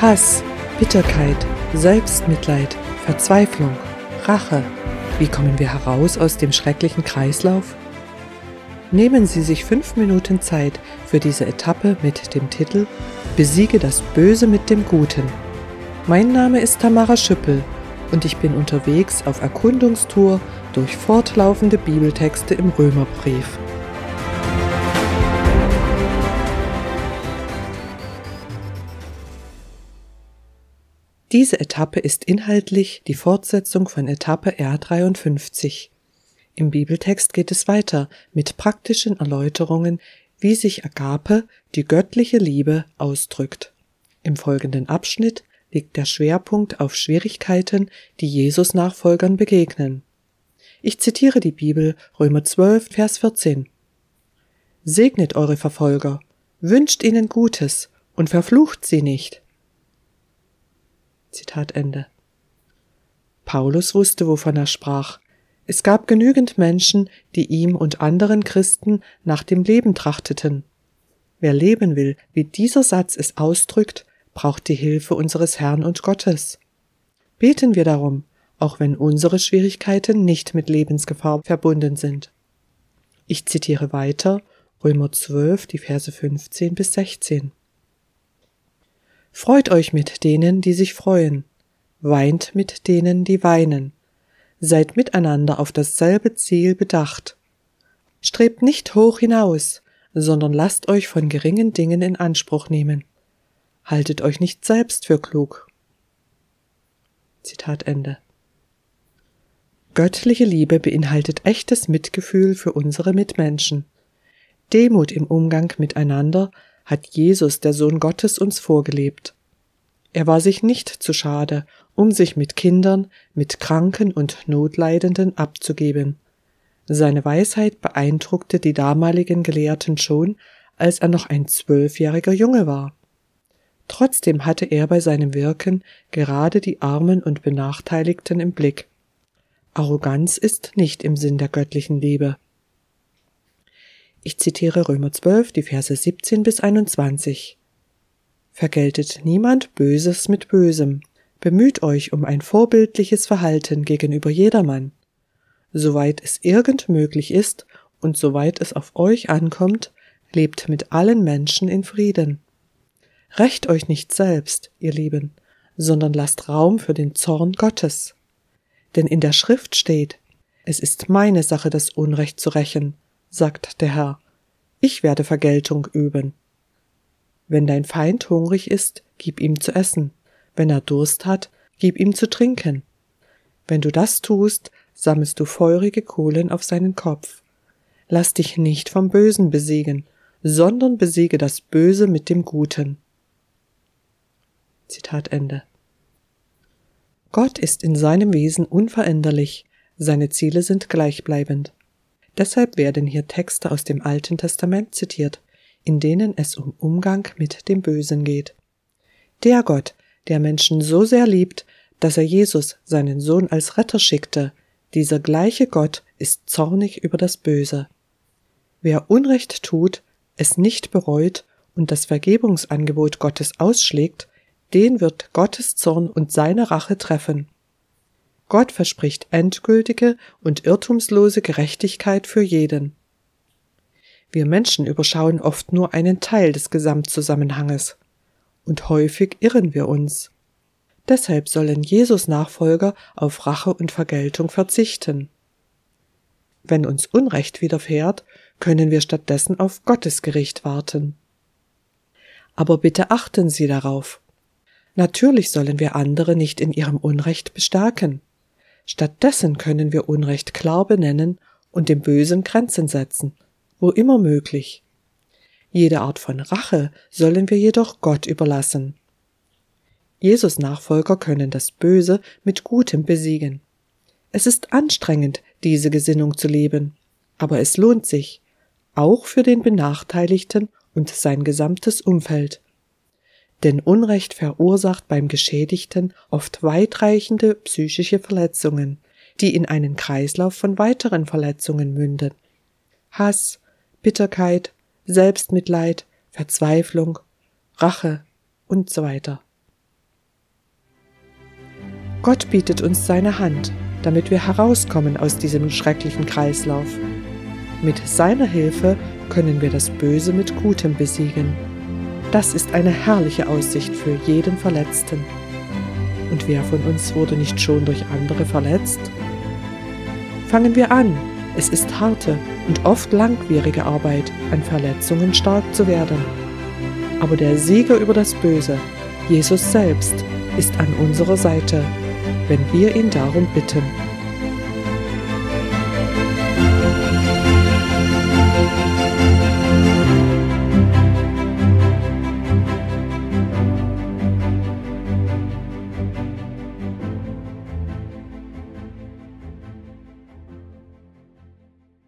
Hass, Bitterkeit, Selbstmitleid, Verzweiflung, Rache. Wie kommen wir heraus aus dem schrecklichen Kreislauf? Nehmen Sie sich 5 Minuten Zeit für diese Etappe mit dem Titel Besiege das Böse mit dem Guten. Mein Name ist Tamara Schüppel und ich bin unterwegs auf Erkundungstour durch fortlaufende Bibeltexte im Römerbrief. Diese Etappe ist inhaltlich die Fortsetzung von Etappe R53. Im Bibeltext geht es weiter mit praktischen Erläuterungen, wie sich Agape, die göttliche Liebe, ausdrückt. Im folgenden Abschnitt liegt der Schwerpunkt auf Schwierigkeiten, die Jesus-Nachfolgern begegnen. Ich zitiere die Bibel, Römer 12, Vers 14. Segnet eure Verfolger, wünscht ihnen Gutes und verflucht sie nicht. Zitat Ende. Paulus wusste, wovon er sprach. Es gab genügend Menschen, die ihm und anderen Christen nach dem Leben trachteten. Wer leben will, wie dieser Satz es ausdrückt, braucht die Hilfe unseres Herrn und Gottes. Beten wir darum, auch wenn unsere Schwierigkeiten nicht mit Lebensgefahr verbunden sind. Ich zitiere weiter Römer 12, die Verse 15 bis 16. Freut euch mit denen, die sich freuen, weint mit denen, die weinen. Seid miteinander auf dasselbe Ziel bedacht. Strebt nicht hoch hinaus, sondern lasst euch von geringen Dingen in Anspruch nehmen. Haltet euch nicht selbst für klug. Zitat Ende. Göttliche Liebe beinhaltet echtes Mitgefühl für unsere Mitmenschen. Demut im Umgang miteinander hat Jesus, der Sohn Gottes, uns vorgelebt. Er war sich nicht zu schade, um sich mit Kindern, mit Kranken und Notleidenden abzugeben. Seine Weisheit beeindruckte die damaligen Gelehrten schon, als er noch ein 12-jähriger Junge war. Trotzdem hatte er bei seinem Wirken gerade die Armen und Benachteiligten im Blick. Arroganz ist nicht im Sinn der göttlichen Liebe. Ich zitiere Römer 12, die Verse 17 bis 21. Vergeltet niemand Böses mit Bösem, bemüht euch um ein vorbildliches Verhalten gegenüber jedermann. Soweit es irgend möglich ist und soweit es auf euch ankommt, lebt mit allen Menschen in Frieden. Rächt euch nicht selbst, ihr Lieben, sondern lasst Raum für den Zorn Gottes. Denn in der Schrift steht, es ist meine Sache, das Unrecht zu rächen, sagt der Herr, ich werde Vergeltung üben. Wenn dein Feind hungrig ist, gib ihm zu essen, wenn er Durst hat, gib ihm zu trinken. Wenn du das tust, sammelst du feurige Kohlen auf seinen Kopf. Lass dich nicht vom Bösen besiegen, sondern besiege das Böse mit dem Guten. Zitat Ende. Gott ist in seinem Wesen unveränderlich, seine Ziele sind gleichbleibend. Deshalb werden hier Texte aus dem Alten Testament zitiert, in denen es um Umgang mit dem Bösen geht. Der Gott, der Menschen so sehr liebt, dass er Jesus, seinen Sohn, als Retter schickte, dieser gleiche Gott ist zornig über das Böse. Wer Unrecht tut, es nicht bereut und das Vergebungsangebot Gottes ausschlägt, den wird Gottes Zorn und seine Rache treffen. Gott verspricht endgültige und irrtumslose Gerechtigkeit für jeden. Wir Menschen überschauen oft nur einen Teil des Gesamtzusammenhanges. Und häufig irren wir uns. Deshalb sollen Jesus-Nachfolger auf Rache und Vergeltung verzichten. Wenn uns Unrecht widerfährt, können wir stattdessen auf Gottes Gericht warten. Aber bitte achten Sie darauf. Natürlich sollen wir andere nicht in ihrem Unrecht bestärken. Stattdessen können wir Unrecht klar benennen und dem Bösen Grenzen setzen, wo immer möglich. Jede Art von Rache sollen wir jedoch Gott überlassen. Jesus-Nachfolger können das Böse mit Gutem besiegen. Es ist anstrengend, diese Gesinnung zu leben, aber es lohnt sich, auch für den Benachteiligten und sein gesamtes Umfeld. Denn Unrecht verursacht beim Geschädigten oft weitreichende psychische Verletzungen, die in einen Kreislauf von weiteren Verletzungen münden. Hass, Bitterkeit, Selbstmitleid, Verzweiflung, Rache und so weiter. Gott bietet uns seine Hand, damit wir herauskommen aus diesem schrecklichen Kreislauf. Mit seiner Hilfe können wir das Böse mit Gutem besiegen. Das ist eine herrliche Aussicht für jeden Verletzten. Und wer von uns wurde nicht schon durch andere verletzt? Fangen wir an. Es ist harte und oft langwierige Arbeit, an Verletzungen stark zu werden. Aber der Sieger über das Böse, Jesus selbst, ist an unserer Seite, wenn wir ihn darum bitten.